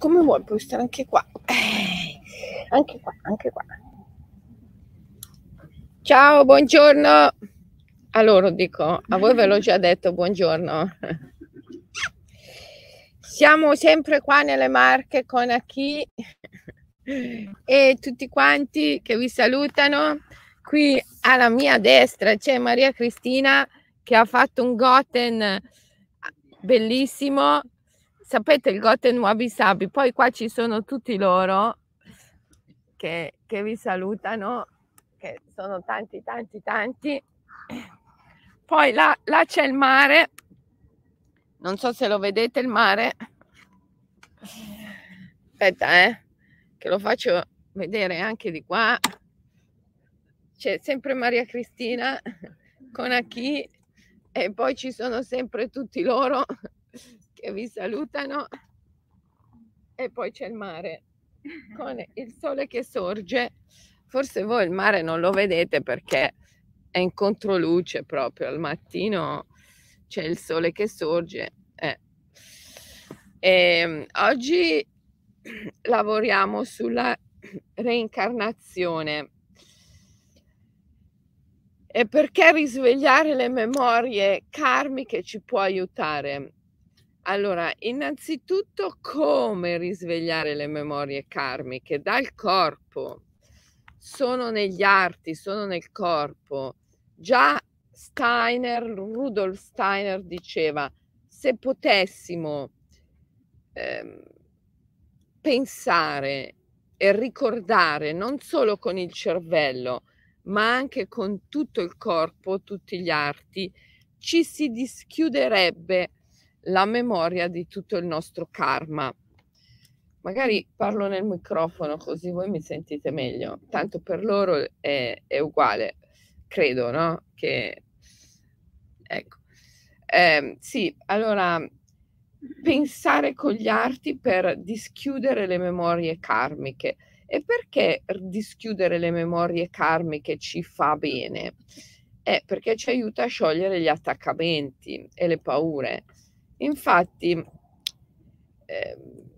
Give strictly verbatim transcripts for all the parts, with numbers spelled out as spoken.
come vuoi, puoi stare anche qua. Eh, anche qua, anche qua. Ciao, buongiorno. Allora dico, a voi ve l'ho già detto, buongiorno. Siamo sempre qua nelle Marche con Aki e tutti quanti che vi salutano. Qui alla mia destra c'è Maria Cristina che ha fatto un Goten bellissimo. Sapete il Goten Wabi Sabi, poi qua ci sono tutti loro che, che vi salutano, che sono tanti tanti tanti. Poi là, là c'è il mare, non so se lo vedete il mare. Aspetta, eh, che lo faccio vedere anche di qua. C'è sempre Maria Cristina con Aki e poi ci sono sempre tutti loro che vi salutano e poi c'è il mare con il sole che sorge. Forse voi il mare non lo vedete perché è in controluce proprio, al mattino c'è il sole che sorge. Eh. E oggi lavoriamo sulla reincarnazione. E perché risvegliare le memorie karmiche ci può aiutare? Allora, innanzitutto come risvegliare le memorie karmiche? Dal corpo. Sono negli arti, sono nel corpo. Già Steiner, Rudolf Steiner diceva, se potessimo ehm, pensare e ricordare non solo con il cervello, ma anche con tutto il corpo, tutti gli arti, ci si dischiuderebbe la memoria di tutto il nostro karma. Magari parlo nel microfono così voi mi sentite meglio, tanto per loro è, è uguale, credo, no? Che ecco. Eh, sì, allora pensare con gli arti per dischiudere le memorie karmiche. E perché dischiudere le memorie karmiche ci fa bene? Eh, perché ci aiuta a sciogliere gli attaccamenti e le paure. Infatti, eh,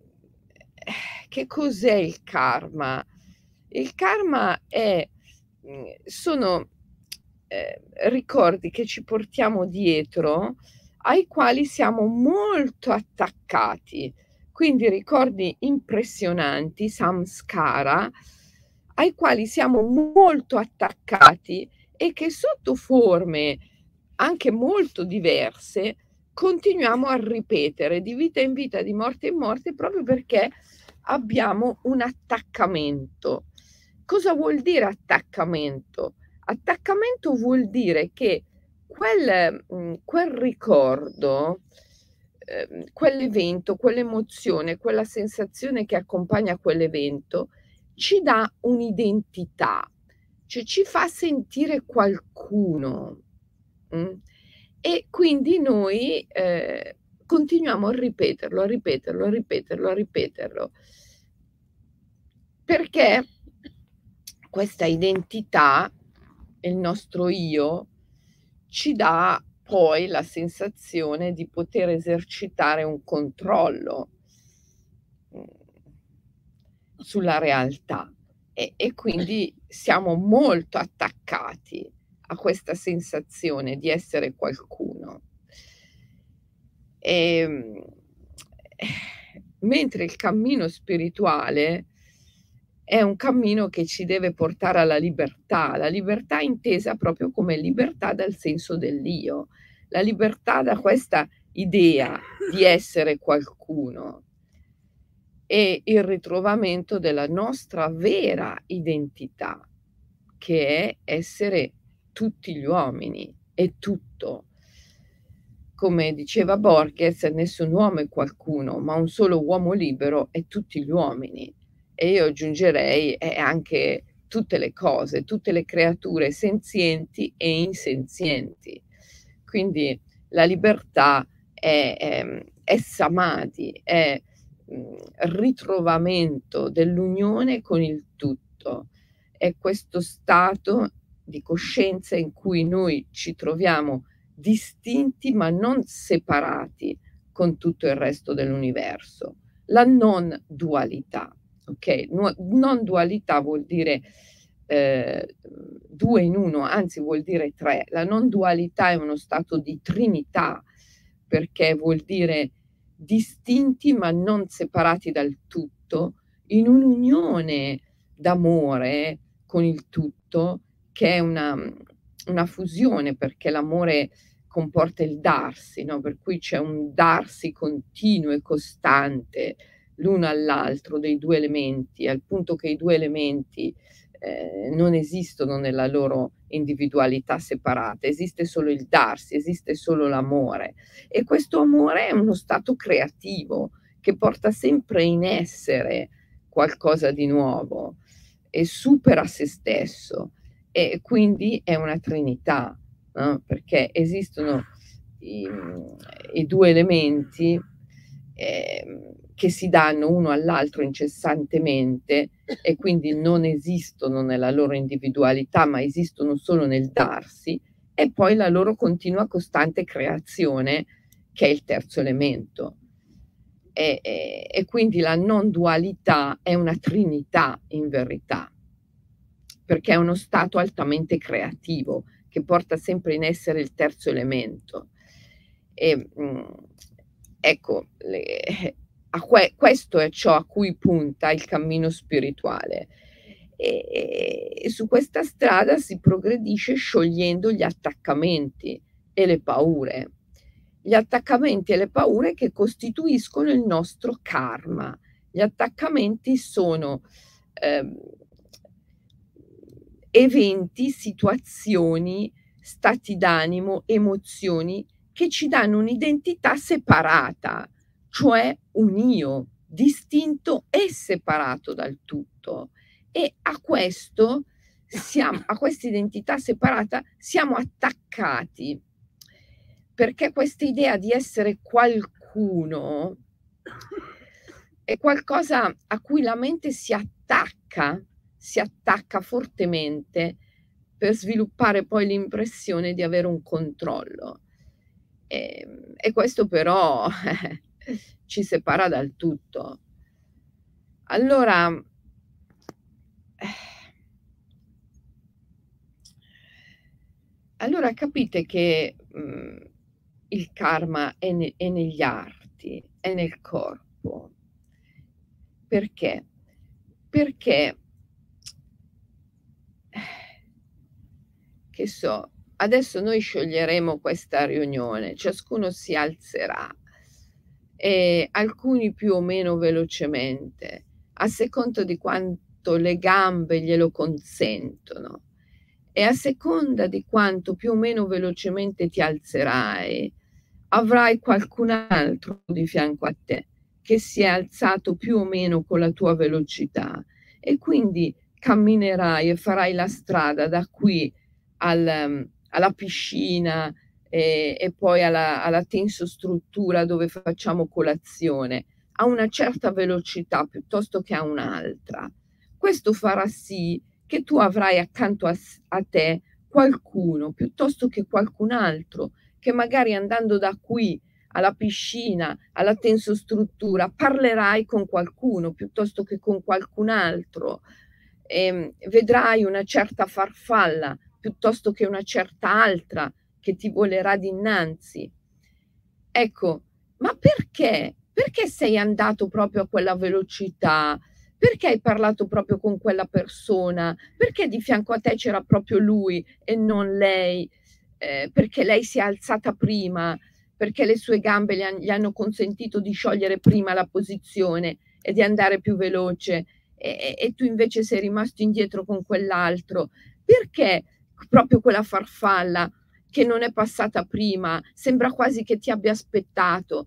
che cos'è il karma? Il karma è, sono eh, ricordi che ci portiamo dietro ai quali siamo molto attaccati, quindi ricordi impressionanti, samskara, ai quali siamo molto attaccati e che sotto forme anche molto diverse continuiamo a ripetere di vita in vita, di morte in morte, proprio perché abbiamo un attaccamento. Cosa vuol dire attaccamento? Attaccamento vuol dire che quel, quel ricordo, eh, quell'evento, quell'emozione, quella sensazione che accompagna quell'evento ci dà un'identità, cioè ci fa sentire qualcuno. Mm? E quindi noi eh, continuiamo a ripeterlo, a ripeterlo, a ripeterlo, a ripeterlo, perché questa identità, il nostro io, ci dà poi la sensazione di poter esercitare un controllo sulla realtà e, e quindi siamo molto attaccati a questa sensazione di essere qualcuno. E, mentre il cammino spirituale è un cammino che ci deve portare alla libertà, la libertà intesa proprio come libertà dal senso dell'io, la libertà da questa idea di essere qualcuno e il ritrovamento della nostra vera identità, che è essere tutti gli uomini, è tutto. Come diceva Borges, nessun uomo è qualcuno, ma un solo uomo libero è tutti gli uomini. E io aggiungerei è anche tutte le cose, tutte le creature senzienti e insenzienti. Quindi la libertà è, è, è samadhi, è mh, ritrovamento dell'unione con il tutto. È questo stato di coscienza in cui noi ci troviamo distinti ma non separati con tutto il resto dell'universo. la non dualità, okay? Nuo non dualità vuol dire, ehm, due in uno, anzi vuol dire tre. La non dualità è uno stato di trinità, perché vuol dire distinti ma non separati dal tutto, in un'unione d'amore con il tutto, che è una mhmm, una fusione, perché l'amore comporta il darsi, no, per cui c'è un darsi continuo e costante l'uno all'altro dei due elementi, al punto che i due elementi, ehm, non esistono nella loro individualità separata, esiste solo il darsi, esiste solo l'amore. E questo amore è uno stato creativo che porta sempre in essere qualcosa di nuovo e supera se stesso e quindi è una trinità, no, perché esistono i mhmm, i due elementi, ehm, che si danno uno all'altro incessantemente e quindi non esistono nella loro individualità, ma esistono solo nel darsi, e poi la loro continua costante creazione che è il terzo elemento. E e e quindi la non dualità è una trinità in verità, perché è uno stato altamente creativo che porta sempre in essere il terzo elemento. E, mhmm, ecco, le a que questo è ciò a cui punta il cammino spirituale. E e su questa strada si progredisce sciogliendo gli attaccamenti e le paure. Gli attaccamenti e le paure che costituiscono il nostro karma. Gli attaccamenti sono, ehm, eventi, situazioni, stati d'animo, emozioni che ci danno un'identità separata, cioè un io distinto e separato dal tutto. E a questo siam a questa identità separata siamo attaccati, perché questa idea di essere qualcuno è qualcosa a cui la mente si attacca, si attacca fortemente per sviluppare poi l'impressione di avere un controllo. Ehm, e questo però ci separa dal tutto. Allora allora capite che, mhmm, il karma è ne è negli arti, è nel corpo. Perché? Perché che so, adesso noi scioglieremo questa riunione, ciascuno si alzerà, e alcuni più o meno velocemente, a seconda di quanto le gambe glielo consentono. E a seconda di quanto più o meno velocemente ti alzerai, avrai qualcun altro di fianco a te che si è alzato più o meno con la tua velocità e quindi camminerai e farai la strada da qui al alla piscina e e poi alla alla tensostruttura dove facciamo colazione, a una certa velocità piuttosto che a un'altra. Questo farà sì che tu avrai accanto a s a te qualcuno, piuttosto che qualcun altro, che magari andando da qui alla piscina, alla tensostruttura, parlerai con qualcuno piuttosto che con qualcun altro. Ehm, vedrai una certa farfalla piuttosto che una certa altra che ti volerà dinanzi. Ecco, ma perché? Perché sei andato proprio a quella velocità? Perché hai parlato proprio con quella persona? Perché di fianco a te c'era proprio lui e non lei? Ehm, perché lei si è alzata prima, perché le sue gambe le han gli hanno consentito di sciogliere prima la posizione e di andare più veloce e e e tu invece sei rimasto indietro con quell'altro. Perché proprio quella farfalla che non è passata prima, sembra quasi che ti abbia aspettato?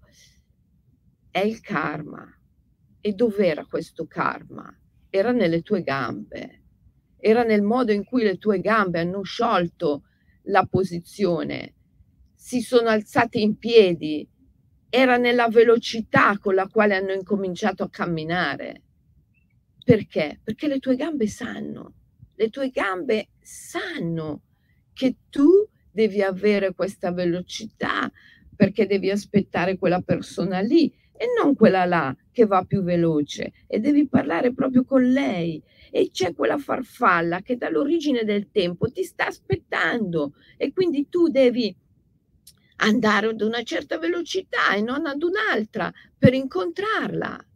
È il karma. E dov'era questo karma? Era nelle tue gambe, era nel modo in cui le tue gambe hanno sciolto la posizione, si sono alzate in piedi, era nella velocità con la quale hanno incominciato a camminare. Perché? Perché le tue gambe sanno, le tue gambe sanno che tu devi avere questa velocità, perché devi aspettare quella persona lì e non quella là che va più veloce, e devi parlare proprio con lei. E c'è quella farfalla che dall'origine del tempo ti sta aspettando e quindi tu devi andare ad una certa velocità e non ad un'altra per incontrarla.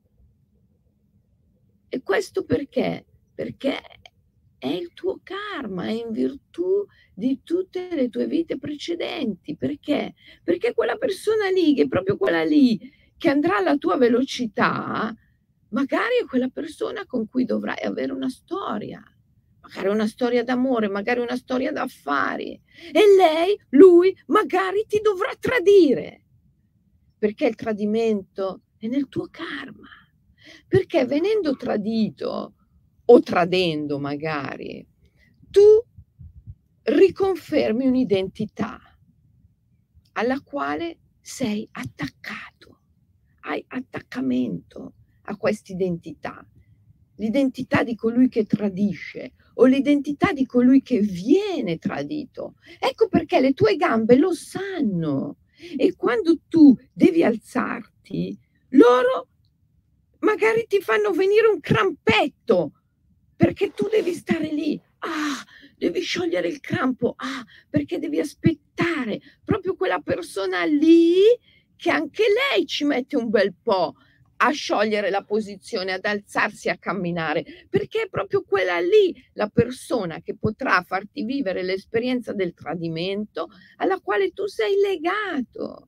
E questo perché? Perché è il tuo karma, è in virtù di tutte le tue vite precedenti. Perché? Perché quella persona lì, che è proprio quella lì, che andrà alla tua velocità, magari è quella persona con cui dovrai avere una storia, magari una storia d'amore, magari una storia d'affari. E lei, lui, magari ti dovrà tradire, perché il tradimento è nel tuo karma. Perché venendo tradito o tradendo magari, tu riconfermi un'identità alla quale sei attaccato, hai attaccamento a quest'identità, l'identità di colui che tradisce o l'identità di colui che viene tradito. Ecco perché le tue gambe lo sanno e quando tu devi alzarti, loro magari ti fanno venire un crampetto, perché tu devi stare lì. Ah, devi sciogliere il crampo. Ah, perché devi aspettare proprio quella persona lì, che anche lei ci mette un bel po' a sciogliere la posizione, ad alzarsi, a camminare, perché è proprio quella lì la persona che potrà farti vivere l'esperienza del tradimento alla quale tu sei legato.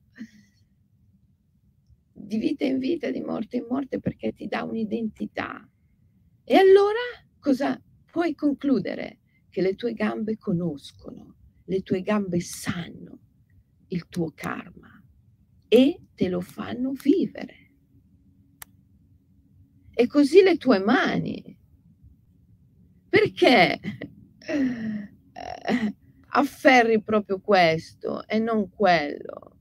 Di vita in vita, di morte in morte, perché ti dà un'identità. E allora cosa puoi concludere? Che le tue gambe conoscono, le tue gambe sanno il tuo karma e te lo fanno vivere. E così le tue mani. Perché eh, afferri proprio questo e non quello?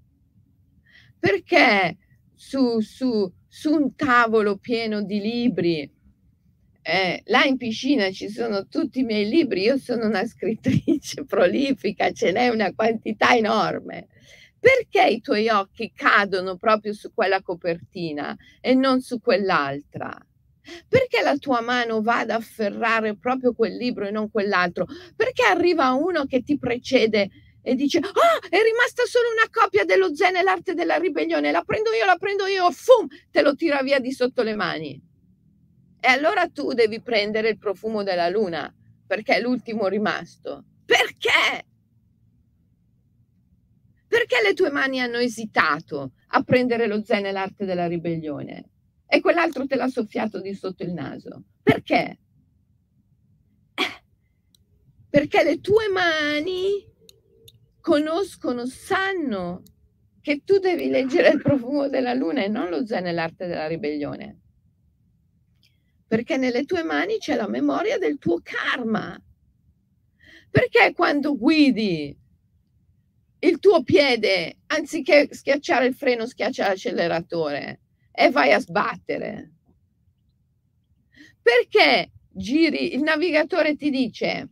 Perché su, su, su un tavolo pieno di libri, eh, là in piscina ci sono tutti i miei libri, io sono una scrittrice prolifica, ce n'è una quantità enorme. Perché i tuoi occhi cadono proprio su quella copertina e non su quell'altra? Perché la tua mano va ad afferrare proprio quel libro e non quell'altro? Perché arriva uno che ti precede e dice: "Ah, è rimasta solo una copia dello Zen e l'arte della ribellione, la prendo io, la prendo io", fum, te lo tira via di sotto le mani. E allora tu devi prendere Il profumo della luna, perché è l'ultimo rimasto. Perché? Perché le tue mani hanno esitato a prendere lo Zen e l'arte della ribellione e quell'altro te l'ha soffiato di sotto il naso? Perché? Eh, perché le tue mani conoscono, sanno che tu devi leggere Il profumo della luna e non lo Zen e l'arte della ribellione. Perché nelle tue mani c'è la memoria del tuo karma. Perché quando guidi il tuo piede, anziché schiacciare il freno, schiaccia l'acceleratore e vai a sbattere? Perché giri, il navigatore ti dice: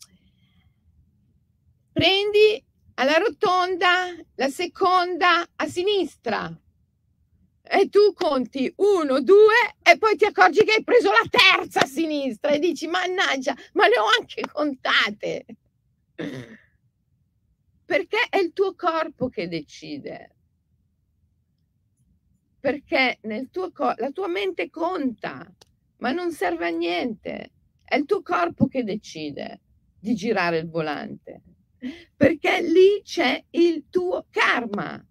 prendi alla rotonda la seconda a sinistra, e tu conti uno, due e poi ti accorgi che hai preso la terza a sinistra e dici: mannaggia, ma le ho anche contate. Perché è il tuo corpo che decide. Perché nel tuo co- la tua mente conta, ma non serve a niente. È il tuo corpo che decide di girare il volante, perché lì c'è il tuo karma,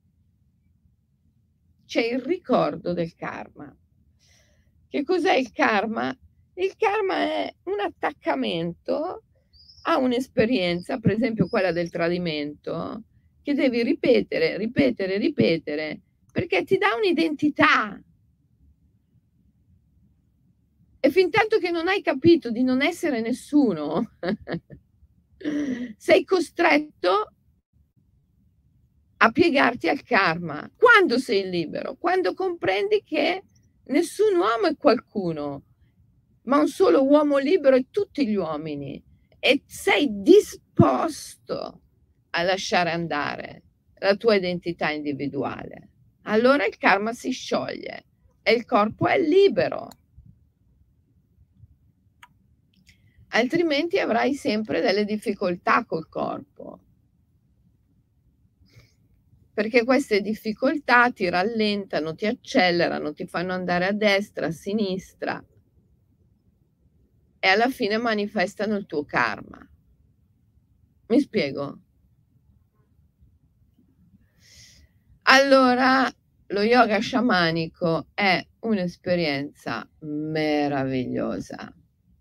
c'è il ricordo del karma. Che cos'è il karma? Il karma è un attaccamento a un'esperienza, per esempio quella del tradimento, che devi ripetere, ripetere, ripetere, perché ti dà un'identità. E fintanto che non hai capito di non essere nessuno, sei costretto a piegarti al karma. Quando sei libero? Quando comprendi che nessun uomo è qualcuno, ma un solo uomo libero è tutti gli uomini, e sei disposto a lasciare andare la tua identità individuale. allora il karma si scioglie e il corpo è libero. Altrimenti avrai sempre delle difficoltà col corpo, perché queste difficoltà ti rallentano, ti accelerano, ti fanno andare a destra, a sinistra e alla fine manifestano il tuo karma. Mi spiego? Allora, lo yoga sciamanico è un'esperienza meravigliosa,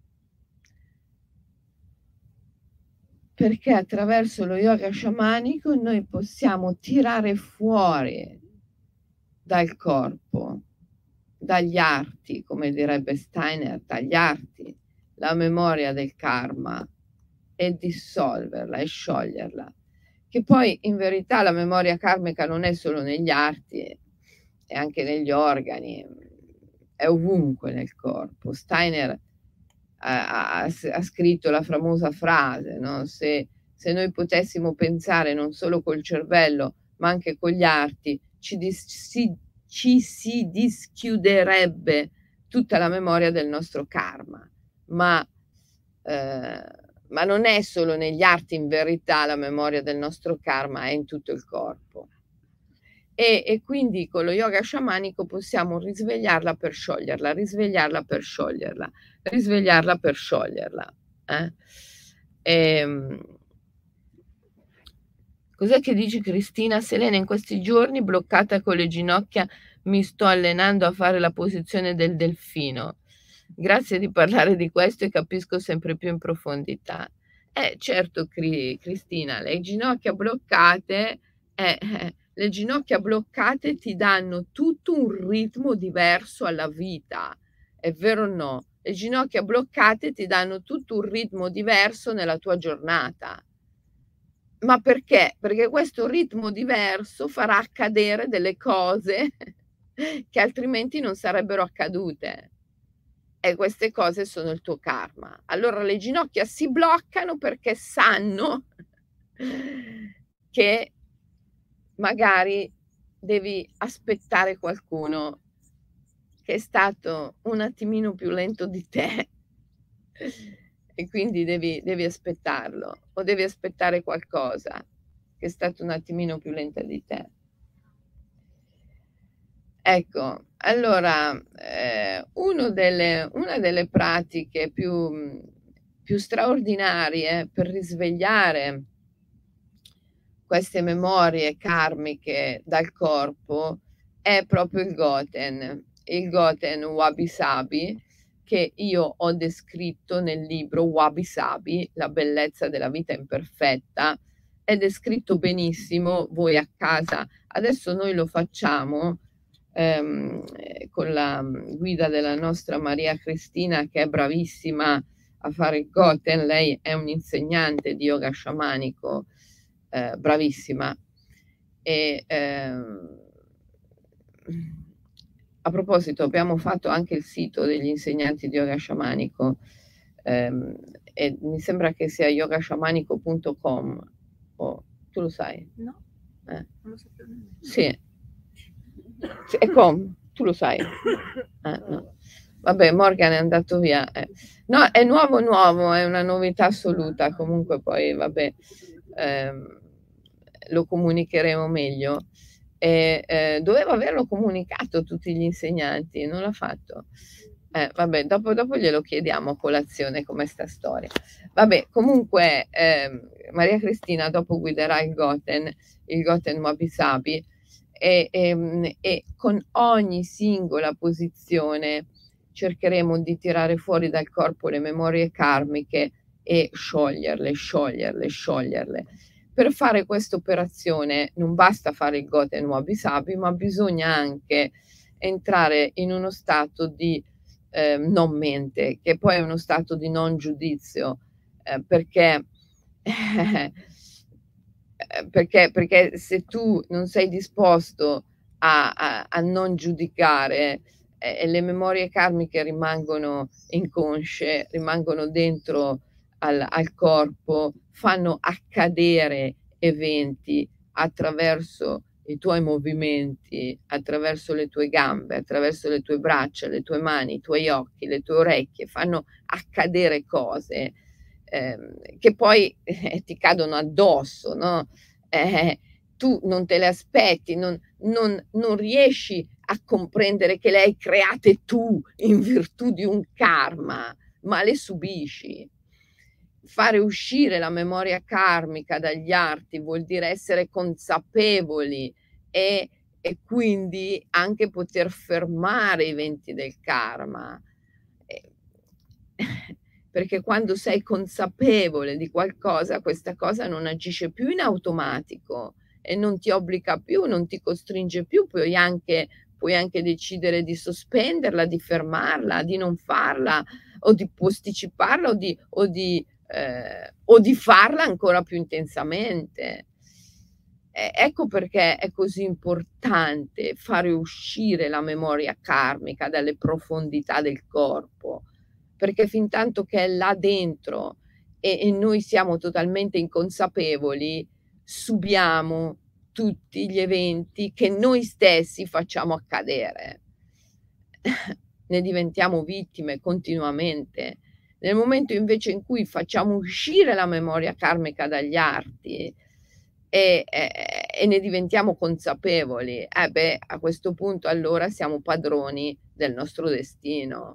perché attraverso lo yoga sciamanico noi possiamo tirare fuori dal corpo, dagli arti, come direbbe Steiner, dagli arti, la memoria del karma e dissolverla e scioglierla. Che poi in verità la memoria karmica non è solo negli arti, è anche negli organi, è ovunque nel corpo. Steiner ha, ha, ha scritto la famosa frase, no? Se, se noi potessimo pensare non solo col cervello ma anche con gli arti, ci, dis, si, ci si dischiuderebbe tutta la memoria del nostro karma. Ma eh, ma non è solo negli arti, in verità la memoria del nostro karma è in tutto il corpo. E, e quindi con lo yoga sciamanico possiamo risvegliarla per scioglierla, risvegliarla per scioglierla, risvegliarla per scioglierla. Eh? E, cos'è che dice Cristina? Selena, in questi giorni bloccata con le ginocchia mi sto allenando a fare la posizione del delfino. Grazie di parlare di questo e capisco sempre più in profondità. Eh, certo, Cri- Cristina, le ginocchia bloccate, eh, eh, le ginocchia bloccate ti danno tutto un ritmo diverso alla vita, è vero o no? Le ginocchia bloccate ti danno tutto un ritmo diverso nella tua giornata. Ma perché? Perché questo ritmo diverso farà accadere delle cose che altrimenti non sarebbero accadute. E queste cose sono il tuo karma. Allora le ginocchia si bloccano perché sanno che magari devi aspettare qualcuno che è stato un attimino più lento di te e quindi devi, devi aspettarlo, o devi aspettare qualcosa che è stato un attimino più lenta di te. Ecco, allora, eh, uno delle, una delle pratiche più, più straordinarie per risvegliare queste memorie karmiche dal corpo è proprio il Goten, il Goten Wabi Sabi, che io ho descritto nel libro Wabi Sabi, la bellezza della vita imperfetta. È descritto benissimo, voi a casa. Adesso noi lo facciamo ehm, con la guida della nostra Maria Cristina, che è bravissima a fare il Goten. Lei è un'insegnante di yoga sciamanico, eh, bravissima. E ehm, a proposito, abbiamo fatto anche il sito degli insegnanti di yoga sciamanico, ehm, e mi sembra che sia yogasciamanico punto com. Oh, tu lo sai? No, eh. non lo sapevo nemmeno. Sì, sì, è com, tu lo sai? Eh, no. Vabbè, Morgan è andato via. Eh. No, è nuovo nuovo, è una novità assoluta. Comunque poi, vabbè, ehm, lo comunicheremo meglio. E, eh, dovevo averlo comunicato a tutti gli insegnanti, non l'ha fatto. Eh, vabbè, dopo, dopo glielo chiediamo a colazione come sta storia. Vabbè, comunque ehm, Maria Cristina dopo guiderà il Goten, il Goten Wabi Sabi, e, e, e con ogni singola posizione cercheremo di tirare fuori dal corpo le memorie karmiche e scioglierle, scioglierle, scioglierle. Per fare questa operazione non basta fare il Goten Wabi Sabi, ma bisogna anche entrare in uno stato di eh, non mente, che poi è uno stato di non giudizio, eh, perché, eh, perché, perché se tu non sei disposto a, a, a non giudicare, eh, le memorie karmiche rimangono inconsce, rimangono dentro al, al corpo, fanno accadere eventi attraverso i tuoi movimenti attraverso le tue gambe, attraverso le tue braccia, le tue mani, i tuoi occhi, le tue orecchie, fanno accadere cose, ehm, che poi, eh, ti cadono addosso, no, eh, tu non te le aspetti, non non non riesci a comprendere che le hai create tu in virtù di un karma, ma le subisci. Fare uscire la memoria karmica dagli arti vuol dire essere consapevoli e e quindi anche poter fermare i venti del karma. Ehm, perché quando sei consapevole di qualcosa, questa cosa non agisce più in automatico e non ti obbliga più, non ti costringe più, puoi anche puoi anche decidere di sospenderla, di fermarla, di non farla o di posticiparla o di o di ehm, o di farla ancora più intensamente. E ecco perché è così importante fare uscire la memoria karmica dalle profondità del corpo, perché fintanto che è là dentro e e noi siamo totalmente inconsapevoli, subiamo tutti gli eventi che noi stessi facciamo accadere. Ne diventiamo vittime continuamente. Nel momento invece in cui facciamo uscire la memoria karmica dagli arti e e e ne diventiamo consapevoli, eh beh, a questo punto allora siamo padroni del nostro destino.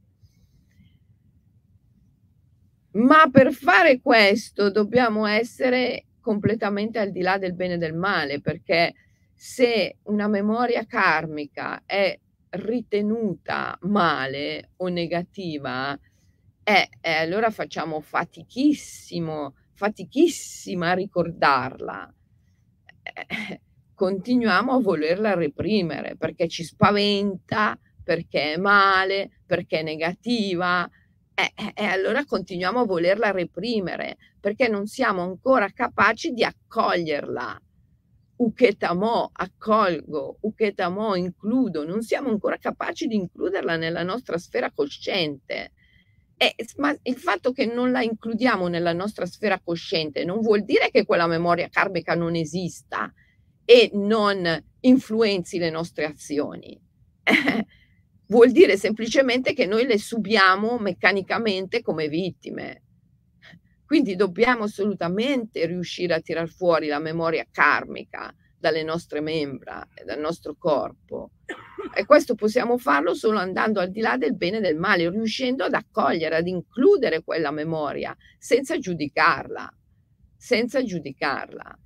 Ma per fare questo dobbiamo essere completamente al di là del bene e del male, perché se una memoria karmica è ritenuta male o negativa, eh, eh, allora facciamo fatichissimo fatichissima a ricordarla. Eh, continuiamo a volerla reprimere perché ci spaventa, perché è male, perché è negativa. Eh, eh, e allora continuiamo a volerla reprimere, perché non siamo ancora capaci di accoglierla. Uketamo, accolgo, uketamo, includo, non siamo ancora capaci di includerla nella nostra sfera cosciente. E s ma il fatto che non la includiamo nella nostra sfera cosciente non vuol dire che quella memoria karmica non esista e non influenzi le nostre azioni. Vuol dire semplicemente che noi le subiamo meccanicamente come vittime. Quindi dobbiamo assolutamente riuscire a tirar fuori la memoria karmica dalle nostre membra e dal nostro corpo. E questo possiamo farlo solo andando al di là del bene e del male, riuscendo ad accogliere, ad includere quella memoria senza giudicarla, senza giudicarla.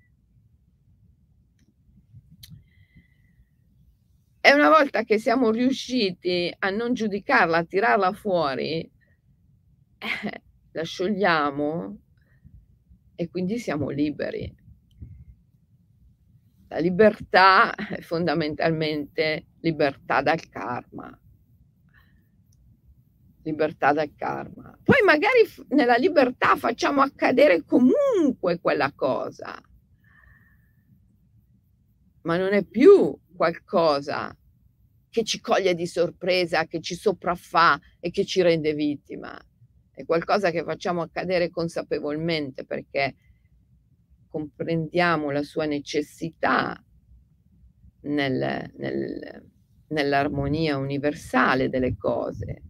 E una volta che siamo riusciti a non giudicarla, a tirarla fuori, eh, la sciogliamo e quindi siamo liberi. La libertà è fondamentalmente libertà dal karma. Libertà dal karma. Poi magari f nella libertà facciamo accadere comunque quella cosa. Ma non è più qualcosa che ci coglie di sorpresa, che ci sopraffa e che ci rende vittima. È qualcosa che facciamo accadere consapevolmente perché comprendiamo la sua necessità nel nel nell'armonia universale delle cose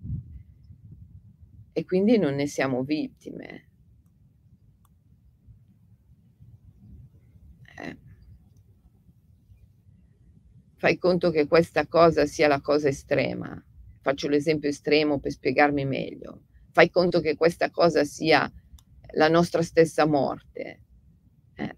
e quindi non ne siamo vittime. Eh. Fai conto che questa cosa sia la cosa estrema. Faccio l'esempio estremo per spiegarmi meglio. Fai conto che questa cosa sia la nostra stessa morte. Eh.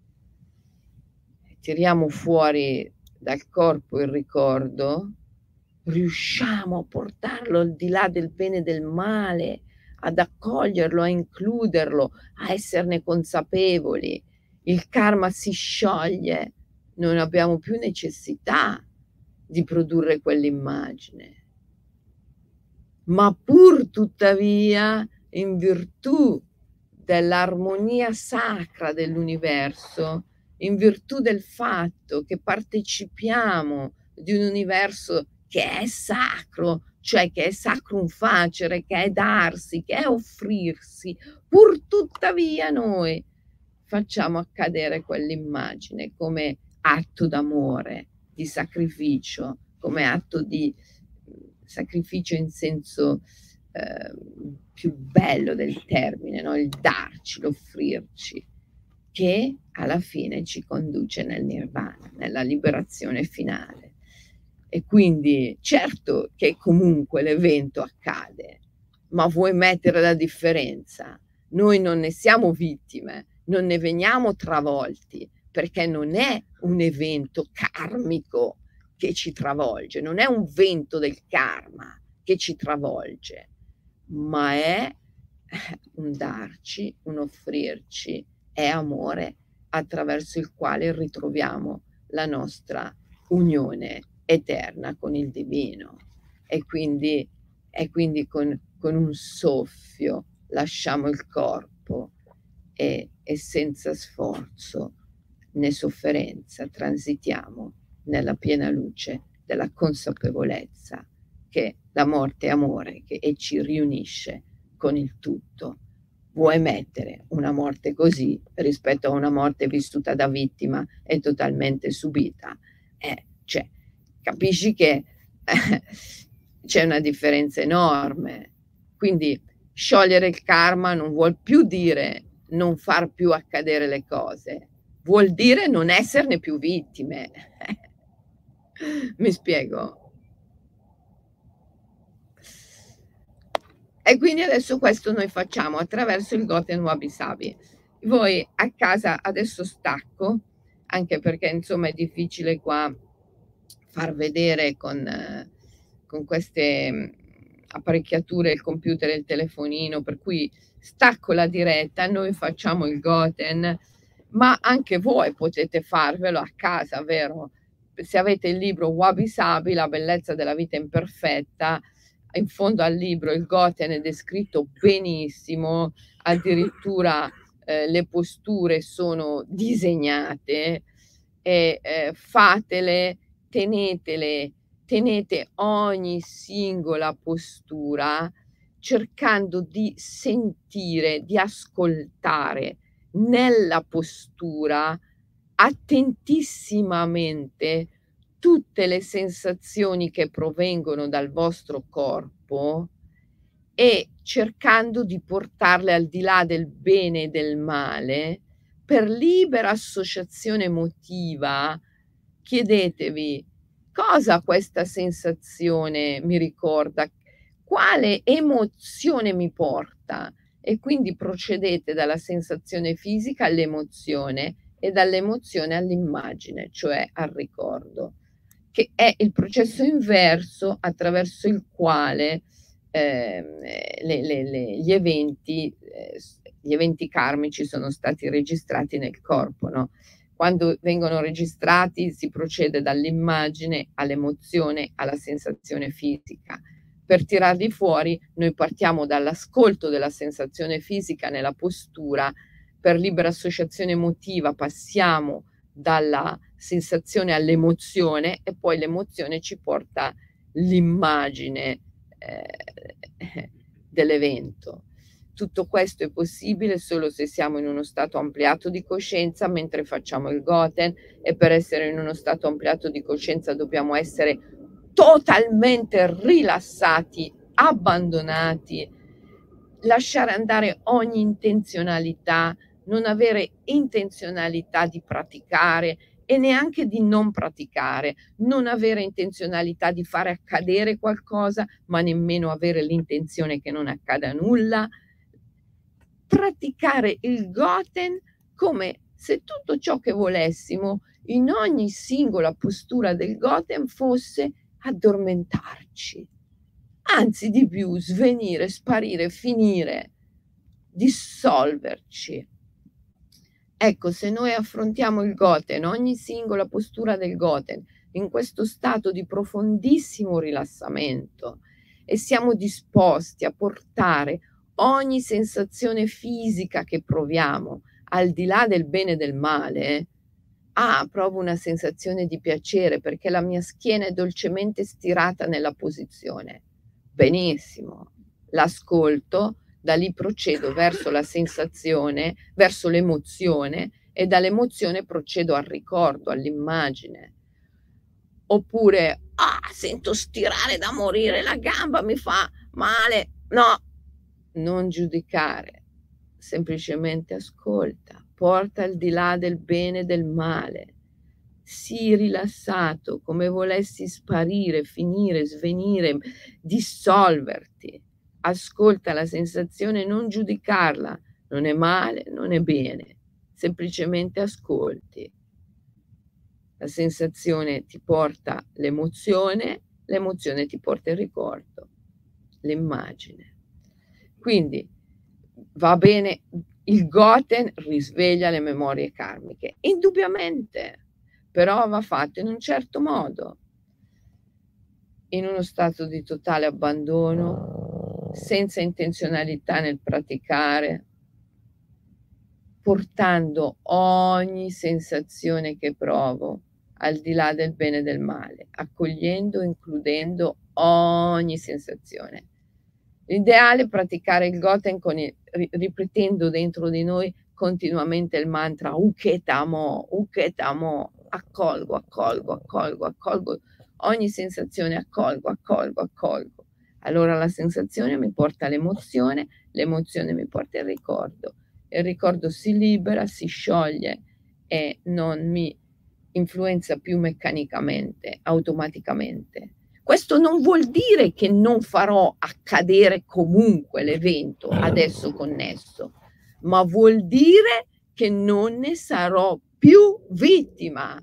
Tiriamo fuori dal corpo il ricordo, riusciamo a portarlo al di là del bene e del male, ad accoglierlo, a includerlo, a esserne consapevoli. Il karma si scioglie, non abbiamo più necessità di produrre quell'immagine. Ma pur tuttavia, in virtù dell'armonia sacra dell'universo, in virtù del fatto che partecipiamo di un universo che è sacro, cioè che è sacrum facere, che è darsi, che è offrirsi, pur tuttavia noi facciamo accadere quell'immagine come atto d'amore, di sacrificio, come atto di sacrificio in senso ehm, più bello del termine, no? Il darci, l'offrirci, che alla fine ci conduce nel nirvana, nella liberazione finale. E quindi certo che comunque l'evento accade, ma vuoi mettere la differenza? Noi non ne siamo vittime, non ne veniamo travolti, perché non è un evento karmico che ci travolge, non è un vento del karma che ci travolge, ma è un darci, un offrirci, è amore attraverso il quale ritroviamo la nostra unione eterna con il divino. E quindi, e quindi con, con un soffio lasciamo il corpo e, e senza sforzo né sofferenza transitiamo nella piena luce della consapevolezza che la morte è amore che, e ci riunisce con il tutto. Vuoi mettere una morte così rispetto a una morte vissuta da vittima e totalmente subita? Eh, cioè, capisci che eh, c'è una differenza enorme. Quindi sciogliere il karma non vuol più dire non far più accadere le cose, vuol dire non esserne più vittime. Mi spiego? E quindi adesso questo noi facciamo attraverso il Goten Wabi Sabi. Voi a casa adesso stacco, anche perché insomma è difficile qua far vedere con, con queste apparecchiature, il computer e il telefonino, per cui stacco la diretta, noi facciamo il Goten, ma anche voi potete farvelo a casa, vero? Se avete il libro Wabi Sabi, la bellezza della vita imperfetta, in fondo al libro il Goten è descritto benissimo, addirittura eh, le posture sono disegnate e eh, fatele, tenetele, tenete ogni singola postura cercando di sentire, di ascoltare nella postura attentissimamente tutte le sensazioni che provengono dal vostro corpo e cercando di portarle al di là del bene e del male, per libera associazione emotiva, chiedetevi cosa questa sensazione mi ricorda, quale emozione mi porta, e quindi procedete dalla sensazione fisica all'emozione e dall'emozione all'immagine, cioè al ricordo, che è il processo inverso attraverso il quale eh, le, le, le, gli eventi eh, gli eventi karmici sono stati registrati nel corpo, no? Quando vengono registrati si procede dall'immagine all'emozione alla sensazione fisica. Per tirarli fuori noi partiamo dall'ascolto della sensazione fisica nella postura, per libera associazione emotiva passiamo dalla sensazione all'emozione e poi l'emozione ci porta l'immagine eh, dell'evento. Tutto questo è possibile solo se siamo in uno stato ampliato di coscienza mentre facciamo il Goten, e per essere in uno stato ampliato di coscienza dobbiamo essere totalmente rilassati, abbandonati, lasciare andare ogni intenzionalità, non avere intenzionalità di praticare e neanche di non praticare, non avere intenzionalità di fare accadere qualcosa, ma nemmeno avere l'intenzione che non accada nulla. Praticare il Goten come se tutto ciò che volessimo in ogni singola postura del Goten fosse addormentarci, anzi di più, svenire, sparire, finire, dissolverci. Ecco, se noi affrontiamo il Goten, ogni singola postura del Goten, in questo stato di profondissimo rilassamento, e siamo disposti a portare ogni sensazione fisica che proviamo, al di là del bene e del male, ah, provo una sensazione di piacere perché la mia schiena è dolcemente stirata nella posizione. Benissimo, l'ascolto, da lì procedo verso la sensazione, verso l'emozione, e dall'emozione procedo al ricordo, all'immagine. Oppure, ah, sento stirare da morire la gamba, mi fa male. No, non giudicare, semplicemente ascolta, porta al di là del bene e del male. Sii rilassato, come volessi sparire, finire, svenire, dissolverti. Ascolta la sensazione, non giudicarla. Non è male, non è bene, semplicemente ascolti. La sensazione ti porta l'emozione, l'emozione ti porta il ricordo, l'immagine. Quindi va bene, il Goten risveglia le memorie karmiche, indubbiamente, però va fatto in un certo modo, in uno stato di totale abbandono, senza intenzionalità nel praticare, portando ogni sensazione che provo al di là del bene e del male, accogliendo e includendo ogni sensazione. L'ideale è praticare il Goten con il, ripetendo dentro di noi continuamente il mantra Uketamo, Uketamo, accolgo, accolgo, accolgo, accolgo, ogni sensazione accolgo, accolgo, accolgo. Allora la sensazione mi porta all'emozione, l'emozione mi porta al ricordo. Il ricordo si libera, si scioglie e non mi influenza più meccanicamente, automaticamente. Questo non vuol dire che non farò accadere comunque l'evento adesso connesso, ma vuol dire che non ne sarò più vittima,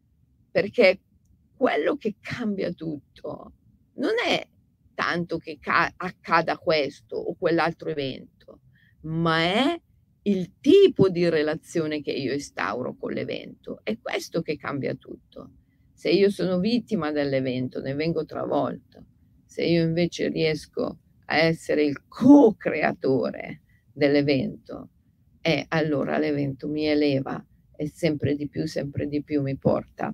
perché quello che cambia tutto non è tanto che accada questo o quell'altro evento, ma è il tipo di relazione che io instauro con l'evento. È questo che cambia tutto. Se io sono vittima dell'evento, ne vengo travolto. Se io invece riesco a essere il co-creatore dell'evento, e allora l'evento mi eleva e sempre di più, sempre di più mi porta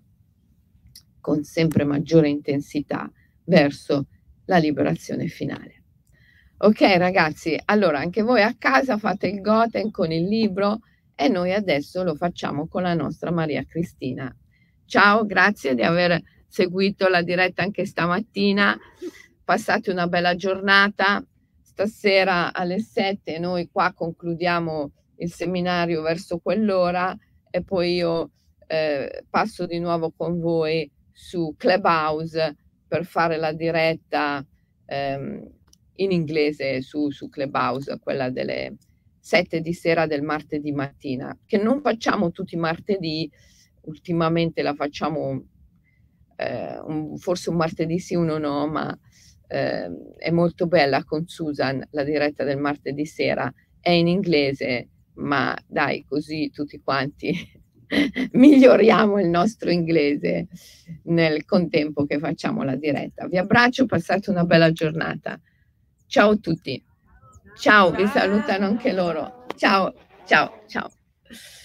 con sempre maggiore intensità verso la liberazione finale. Ok ragazzi, allora anche voi a casa fate il Goten con il libro e noi adesso lo facciamo con la nostra Maria Cristina. Ciao, grazie di aver seguito la diretta anche stamattina, passate una bella giornata. Stasera alle sette noi qua concludiamo il seminario verso quell'ora e poi io eh, passo di nuovo con voi su Clubhouse per fare la diretta ehm, in inglese su, su Clubhouse, quella delle sette di sera del martedì mattina, che non facciamo tutti i martedì, ultimamente la facciamo eh, un, forse un martedì sì, uno no, ma eh, è molto bella con Susan, la diretta del martedì sera, è in inglese, ma dai, così tutti quanti miglioriamo il nostro inglese nel contempo che facciamo la diretta. Vi abbraccio, passate una bella giornata. Ciao a tutti. Ciao, vi salutano anche loro. Ciao, ciao, ciao.